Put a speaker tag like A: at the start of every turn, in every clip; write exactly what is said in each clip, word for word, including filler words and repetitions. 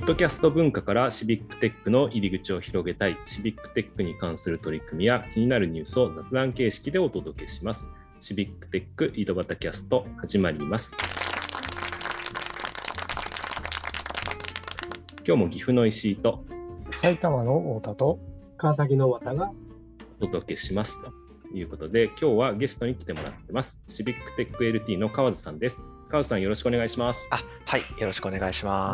A: ドキャスト文化からシビックテックの入り口を広げたい、シビックテックに関する取り組みや気になるニュースを雑談形式でお届けします。シビックテック井戸端キャスト始まります。今日も岐阜の石井と
B: 埼玉の太田と
C: 川崎の渡が
A: お届けしますということで、今日はゲストに来てもらってます。シビックテック エルティー の川津さんです。川津さん、よろしくお願いします。
D: あ、はい、よろしくお願いします。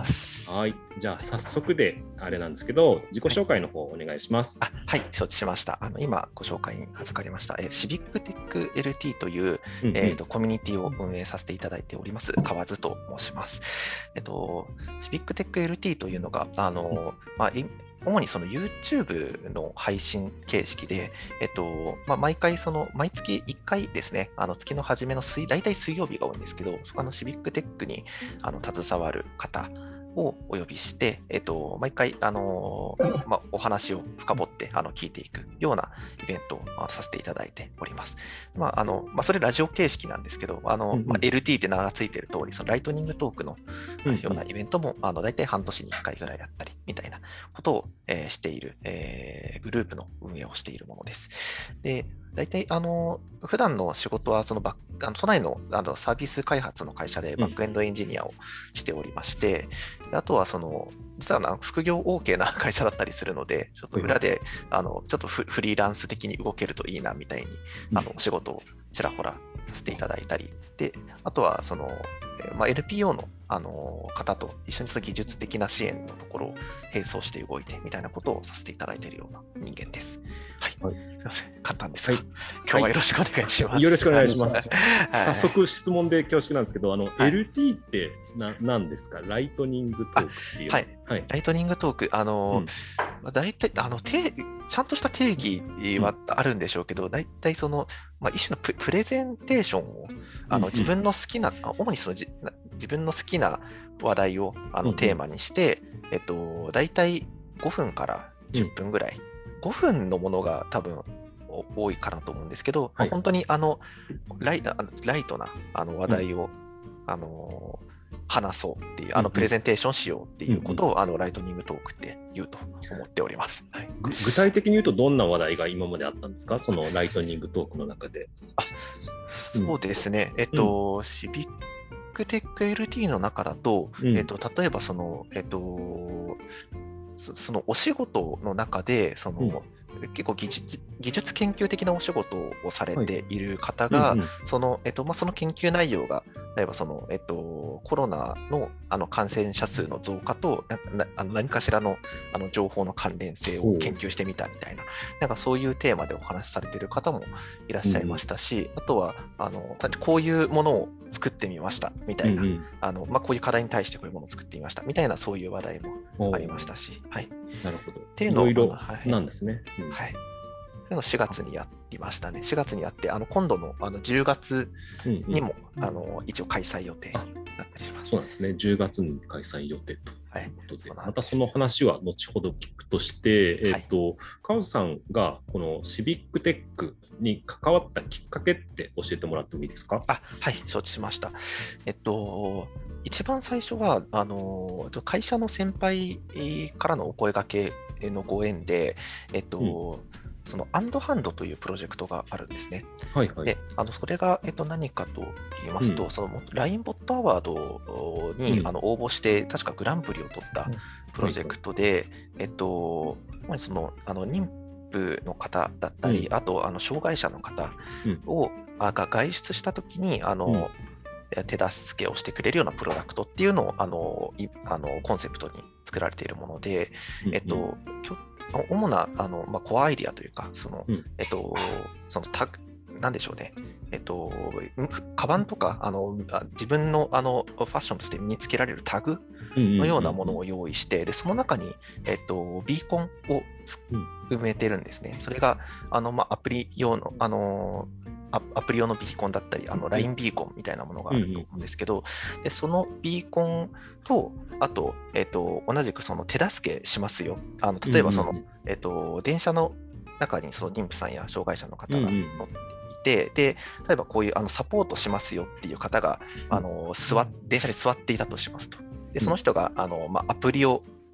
A: はい、じゃあ早速であれなんですけど、自己紹介の方お願いします。
D: はい、あ、はい、承知しました。あの今ご紹介に預かりました、えシビックテック エルティー という、うんうん、えーと、コミュニティを運営させていただいております川津と申します。えっと、シビックテック エルティー というのがあの、まあ主にその YouTube の配信形式で、えっとまあ、毎回その毎月いっかいですね、あの月の初めの水、大体水曜日が多いんですけど、そこのシビックテックにあの携わる方をお呼びして、えっと、毎回、あのーまあ、お話を深掘ってあの聞いていくようなイベントを、まあ、させていただいております。まああのまあ、それラジオ形式なんですけど、あの、うんうんまあ、エルティー って名がついている通り、そのライトニングトークのようなイベントも、うんうん、あの大体半年にいっかいぐらいやったりみたいなことを、えー、している、えー、グループの運営をしているものです。で大体、あの、普段の仕事は、そのバック、あの都内の、あのサービス開発の会社でバックエンドエンジニアをしておりまして、うん、あとは、その、実はな副業 OK な会社だったりするので、ちょっと裏で、うん、あの、ちょっとフリーランス的に動けるといいな、みたいに、あの、お仕事をちらほらさせていただいたり、で、あとは、その、まあ、エヌピーオー の、あの方と一緒にその技術的な支援のところを並走して動いてみたいなことをさせていただいているような人間です。はい。はい、すみません。簡単ですが、はい、今日はよろしくお願いします。はい、
A: よろしくお願いします。早速質問で恐縮なんですけど、あの、はい、エルティー ってな何ですか？ライトニングトークっていう。はい。
D: はい、ライトニングトーク、あの、うん、大体、あの、ちゃんとした定義はあるんでしょうけど、うん、大体その、まあ、一種の プ, プレゼンテーションをあの自分の好きな、うん、主にそのじ自分の好きな話題をあのテーマにして、うん、えっと、大体ごふんからじゅっぷんぐらい、うん、ごふんのものが多分多いかなと思うんですけど、はい、本当にあのライ、ライトなあの話題を、うん、あの話そうっていう、あのプレゼンテーションしようっていうことを、うんうん、あのライトニングトークって言うと思っております。はい、
A: 具体的に言うとどんな話題が今まであったんですか？そのライトニングトークの中で。
D: あ、そうですね。えっと、うん、シビックテック エルティー の中だと、うん、えっと、例えばその、えっと、そ, そのお仕事の中で、その、うん結構技術、技術研究的なお仕事をされている方が、はいうんうんそのえっとまあ、その研究内容が例えばその、えっと、コロナ の, あの感染者数の増加となあの何かしら の, あの情報の関連性を研究してみたみたいな、なんかそういうテーマでお話しされている方もいらっしゃいましたし、うん、あとはあのこういうものを作ってみましたみたいな、うんうんあのまあ、こういう課題に対してこういうものを作ってみましたみたいな、そういう話題もありましたし、はい、
A: なるほど。
D: っていうのを
A: いろいろなんですね。
D: うんはい。のしがつにやりましたね。しがつにやって、あの今度のあのじゅうがつにも、うんうん、あの一応開催予定になったりします。
A: そうなんですね。じゅうがつに開催予定ということで、はい、またその話は後ほど聞くとして、えーとはい、川津さんがこのシビックテックに関わったきっかけって教えてもらってもいいですか？
D: あ、はい、承知しました。えっと、一番最初は、あの会社の先輩からのお声掛けのご縁で、えっと、うんそのアンドハンドというプロジェクトがあるんですね。はいはい、であのそれが、えっと、何かと言いますと、うん、その ライン ボットアワードに、うん、あの応募して、確かグランプリを取ったプロジェクトで、うんはいはいえっと、そのあの妊婦の方だったり、うん、あとあの障害者の方を、うん、あが外出したときに、あの、うん、手助けをしてくれるようなプロダクトっていうのをあのあのコンセプトに作られているもので、うんうんえっと主なあの、まあ、コアアイディアというか、その、うん、えっと、そのタグ、なんでしょうね、えっと、カバンとか、あの自分の、あのファッションとして身につけられるタグのようなものを用意して、でその中に、えっと、ビーコンを埋めてるんですね。それが、あの、まあ、アプリ用の、あの、アプリ用のビーコンだったり、あの ライン ビーコンみたいなものがあると思うんですけど、うんうん、でそのビーコンと、あと、えっと、同じくその手助けしますよ。あの例えばその、うんうん、えっと、電車の中にその妊婦さんや障害者の方が乗っていて、うんうん、で例えばこういうあのサポートしますよっていう方があの座っ電車に座っていたとしますと。でその人があの、まあ、アプリを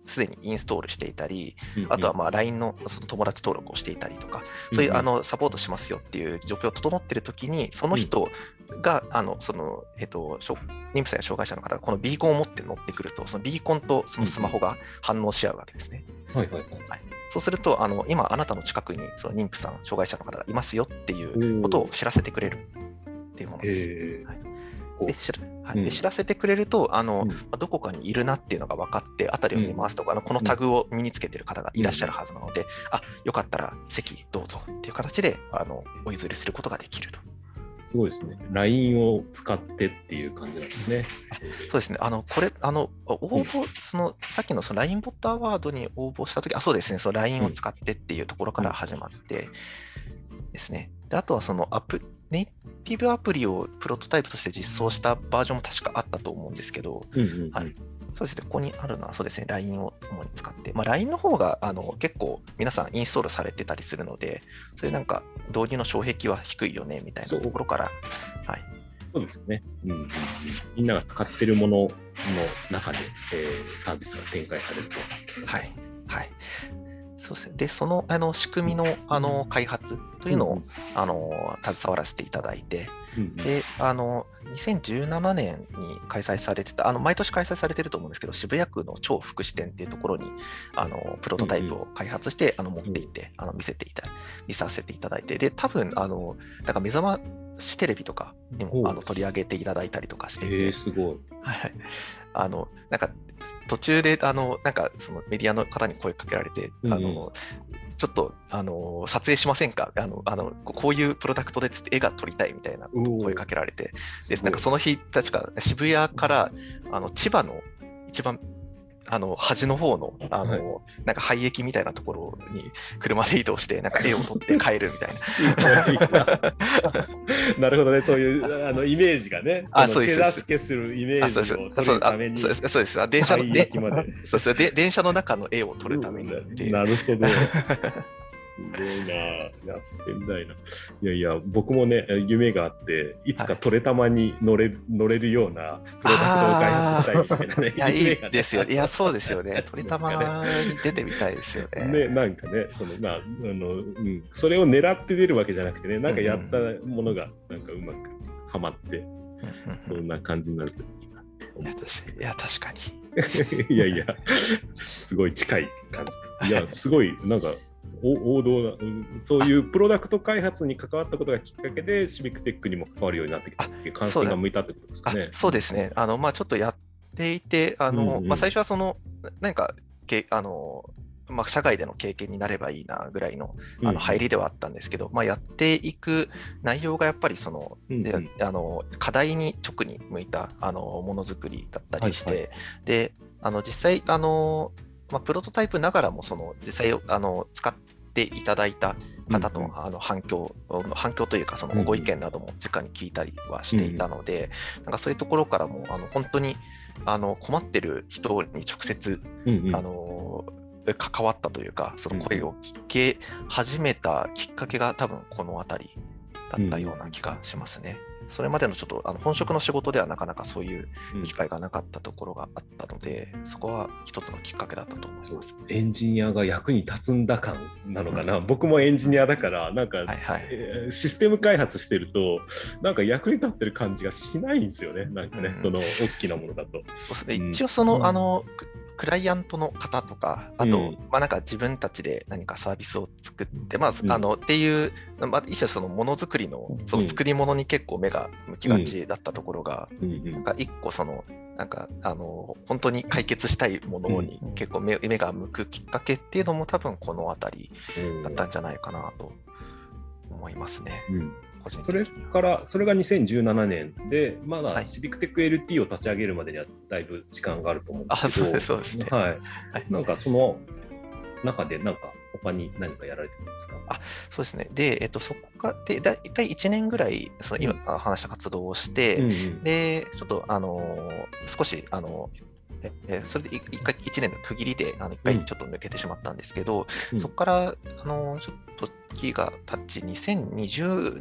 D: すでにインストールしていたり、
A: うんうん、
D: あとはまあ ライン のその友達登録をしていたりとか、そういうあのサポートしますよっていう状況が整っているときに、その人が、あのそのえっと、妊婦さんや障害者の方がこのビーコンを持って乗ってくると、そのビーコンとそのスマホが反応し合うわけですね。
A: はいはいはい
D: はい、そうすると、あの今、あなたの近くにその妊婦さん、障害者の方がいますよっていうことを知らせてくれるっていうものです。はいで知らはい、で知らせてくれると、あの、うん、どこかにいるなっていうのが分かって、辺りを見回すとか、うん、あのこのタグを身につけている方がいらっしゃるはずなので、うん、あ、よかったら席どうぞっていう形であのお譲りすることができると。
A: すごいですね。ライン を使ってっていう感じなんですね。
D: そうですね。あの、これ、あの、応募、その、さっきのその ライン ボットアワードに応募したとき、あ、そうですね。その ライン を使ってっていうところから始まってですね。で、あとはそのアプ、ネイティブアプリをプロトタイプとして実装したバージョンも確かあったと思うんですけど、うんうんうん、はい。そうですね。ここにあるのは、そうですね。ライン を主に使って、まあ、ライン の方があの結構皆さんインストールされてたりするので、そういうなんか導入の障壁は低いよねみたいなところから、はい。
A: そうですよね、うんうんうん。みんなが使っているものの中で、えー、サービスが展開されると。
D: はい。はい。そうですね。で、その、あの仕組みの、あの開発というのを、うんうん、あの携わらせていただいて、うんうん、で、あの、にせんじゅうななねんに開催されてた、あの毎年開催されてると思うんですけど、渋谷区の超福祉店っていうところに、あのプロトタイプを開発して、うんうん、あの持っていって、あの見せていた、見させていただいて、で、多分、あの、なんか目覚ましテレビとかにもあの取り上げていただいたりとかしていて、
A: えー、すごい。
D: はい。あの、なんか、途中で、あの、なんか、そのメディアの方に声かけられて、うんうん、あの、ちょっと、あの、撮影しませんかあの、あのこういうプロダクトでつって絵が撮りたいみたいなことを声かけられて、で、なんかその日、確か渋谷から、あの、千葉の一番、あの端の方のあの、はい、なんか廃駅みたいなところに車で移動してなんか絵を撮って帰るみたいな。
A: なるほどね、そういうあのイメージがね、
D: あ、そうです。
A: 手助けするイメージを撮るために、
D: そうです。そうです。電車のでそうですで電車の中の絵を撮るためにっていう。
A: なるほど。すごいな、やってみたいな。いやいや、僕もね、夢があって、いつかトレタマに乗れる、はい、乗れるようなプロダクトを開発したいみたいなね。
D: いや、いいですよ。いや、そうですよね。トレタマに出てみたいですよね。
A: ね、なんかね、その、まあ、あの、うん、それを狙って出るわけじゃなくてね、なんかやったものが、なんかうまくはまって、うんうん、そんな感じになるといいなって思ってます。
D: いや、確か
A: に。いやいや、すごい近い感じです。いや、すごい、なんか、王道な、そういうプロダクト開発に関わったことがきっかけでシビックテックにも関わるようになってきたっていう関心が向いたってことですかね。
D: そうですね。あの、まあ、ちょっとやっていて、あの、うんうん、まあ、最初はその、何かけ、あの、まあ、社外での経験になればいいなぐらいの、あの入りではあったんですけど、うん、まあ、やっていく内容がやっぱりその、うんうん、であの課題に直に向いたあのものづくりだったりして、はいはい、で、あの実際あのまあ、プロトタイプながらもその実際あの使っていただいた方との、うん、あの反響反響というかそのご意見なども直に聞いたりはしていたので、うん、なんかそういうところからもあの本当にあの困ってる人に直接、うんうん、あの関わったというかその声を聞け始めたきっかけが多分この辺りだったような気がしますね。うん、それまでのちょっとあの本職の仕事ではなかなかそういう機会がなかったところがあったので、うん、そこは一つのきっかけだったと思います。
A: エンジニアが役に立つんだ感なのかな、うん、僕もエンジニアだからなんか、はいはい、えー、システム開発してるとなんか役に立ってる感じがしないんですよね、なんかね、うん、その大きなものだと。
D: そうですね、一応その、うん、あのクライアントの方とか、あと、うん、まあなんか自分たちで何かサービスを作って、まあ、うん、あのっていう、まあ、一種そのものづくりの、その作り物に結構目が向きがちだったところが、うん、なんか一個その、なんかあの本当に解決したいものに結構 目,、目が向くきっかけっていうのも多分このあたりだったんじゃないかなと思いますね。うん、
A: それからそれがにせんじゅうななねんでまだシビックテック エルティー を立ち上げるまでにはだいぶ時間があると思うんですけど、
D: あ、そうです、そうですね。
A: はい。はい、なんかその中でなんか他に何かやられてるんですか？
D: あ、そうですね。で、えっと、そこかでだいたいいちねんぐらいその今話した活動をして、うんうん、でちょっとあの少しあのえそれで一回いちねんの区切りであの一回ちょっと抜けてしまったんですけど、うん、そこからあのちょっと時が経ちにせんにじゅうねん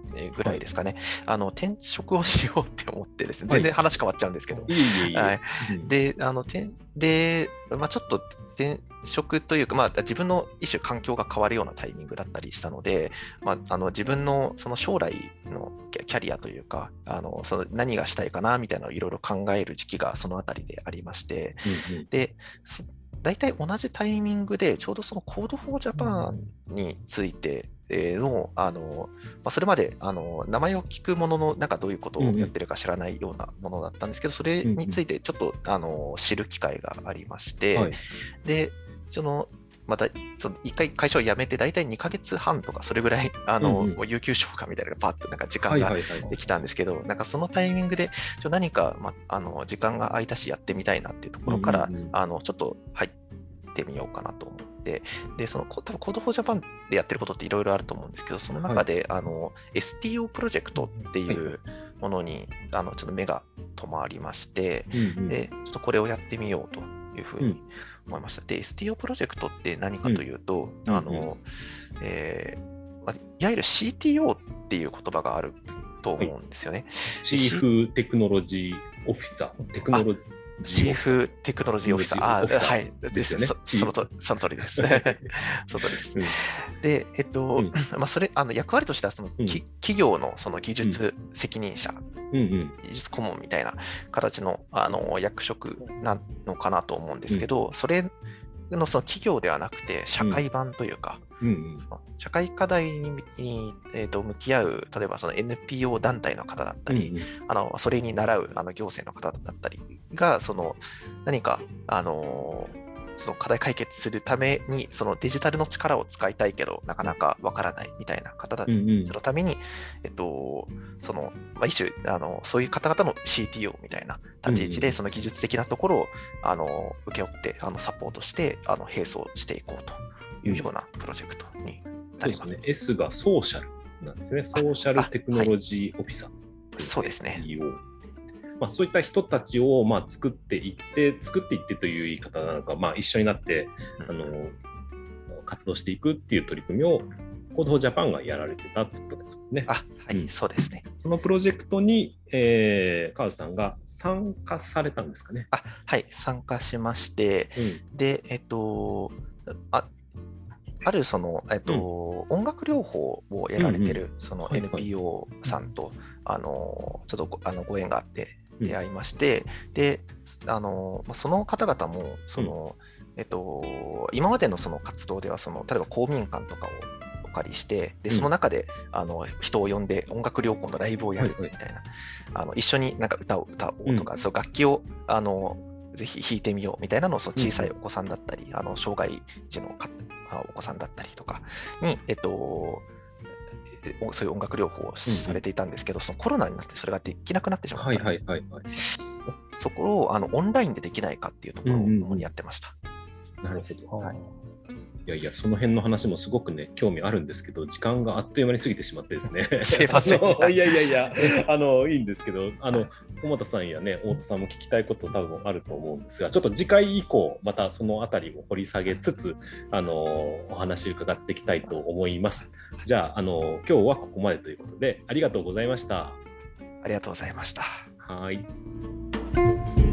D: ぐらいですかね、あの転職をしようって思ってですね、全然話変わっちゃうんですけど、
A: いえいえいえ、
D: はい、で、あの転で、まあ、ちょっと転職というか、まあ、自分の一種環境が変わるようなタイミングだったりしたので、まあ、あの自分のその将来のキャリアというか、あのその何がしたいかなみたいなのをいろいろ考える時期がそのあたりでありまして、うんうん、で大体同じタイミングでちょうどその Code for Japan についての、あのまあ、それまであの名前を聞くものの、なんかどういうことをやってるか知らないようなものだったんですけど、それについてちょっとあの知る機会がありまして、はい、でそのまたそのいっかい会社を辞めて大体にかげつはんとかそれぐらいあの、うんうん、有給消化みたいなのがパッとなんか時間ができたんですけど、はいはいはい、なんかそのタイミングでちょ何か、ま、あの時間が空いたしやってみたいなっていうところから、うんうんうん、あのちょっと入ってみようかなと思って、でその多分 Code for Japan でやってることっていろいろあると思うんですけど、その中で、はい、あの エスティーオー プロジェクトっていうものに、はい、あのちょっと目が止まりまして、うんうん、でちょっとこれをやってみようというふうに思いました。で、エスティーオー プロジェクトって何かというと、うん、あの、えーまあ、いわゆる シーティーオー っていう言葉があると思うんですよね。はい、
A: チーフテクノロジーオフィサー、テクノロジー。
D: チーフテクノロジーオフィサー。あ、はい。
A: ですよね。
D: そ, そ, のとその通りです。その通りです。うん、で、えっと、うん、まあ、それ、あの役割としてはその、うん、企業のその技術責任者、うんうん、技術顧問みたいな形の、あの役職なのかなと思うんですけど、うん、それのその企業ではなくて社会版というか、うんうん、その社会課題に、えー、と向き合う、例えばその エヌピーオー 団体の方だったり、うんうん、あのそれに倣うあの行政の方だったりが、その何か、あのーその課題解決するためにそのデジタルの力を使いたいけどなかなかわからないみたいな方たちのために、うんうん、えっと、その、まあ、一種あのそういう方々の シーティーオー みたいな立ち位置でその技術的なところをあの請け負ってあのサポートしてあの並走していこうというようなプロジェクトになります。
A: そうですね。S がソーシャルなんですね。ソーシャルテクノロジーオフィサー、
D: はい、そうですね。
A: まあ、そういった人たちをまあ作っていって作っていってという言い方なのか、まあ、一緒になって、うん、あの活動していくっていう取り組みを Code for Japan がやられてたってことですよね。
D: あ、はい、うん、そうですね。
A: そのプロジェクトに、えー、川津さんが参加されたんですかね。
D: あ、はい、参加しまして、うん、で、えっと、ああるその、えっとうん、音楽療法をやられてる、うんうん、その エヌピーオー さんと、はいはい、あのちょっとあのご縁があって出会いまして、うん、であのその方々もその、うんえっと、今までのその活動ではその例えば公民館とかをお借りしてでその中で、うん、あの人を呼んで音楽療法のライブをやるみたいな、はいはい、あの一緒になんか歌を歌おうとか、うん、そう楽器をあのぜひ弾いてみようみたいなのをその小さいお子さんだったり、うん、あの障害児のお子さんだったりとかに、えっと、そういう音楽療法をされていたんですけど、うん、そのコロナになってそれができなくなってしまったんです。はいはいはいはい、そこをあのオンラインでできないかっていうところを主にやってました。
A: うんうん、なるほど。はい、いやいや、その辺の話もすごくね、興味あるんですけど、時間があっという間に過ぎてしまってですね。
D: すいません。
A: いやいやいや、あの、いいんですけど、あの、駒田さんやね、太田さんも聞きたいこと多分あると思うんですが、ちょっと次回以降、またそのあたりを掘り下げつつ、あの、お話伺っていきたいと思います。じゃあ、あの、今日はここまでということで、ありがとうございました。
D: ありがとうございました。
A: はい。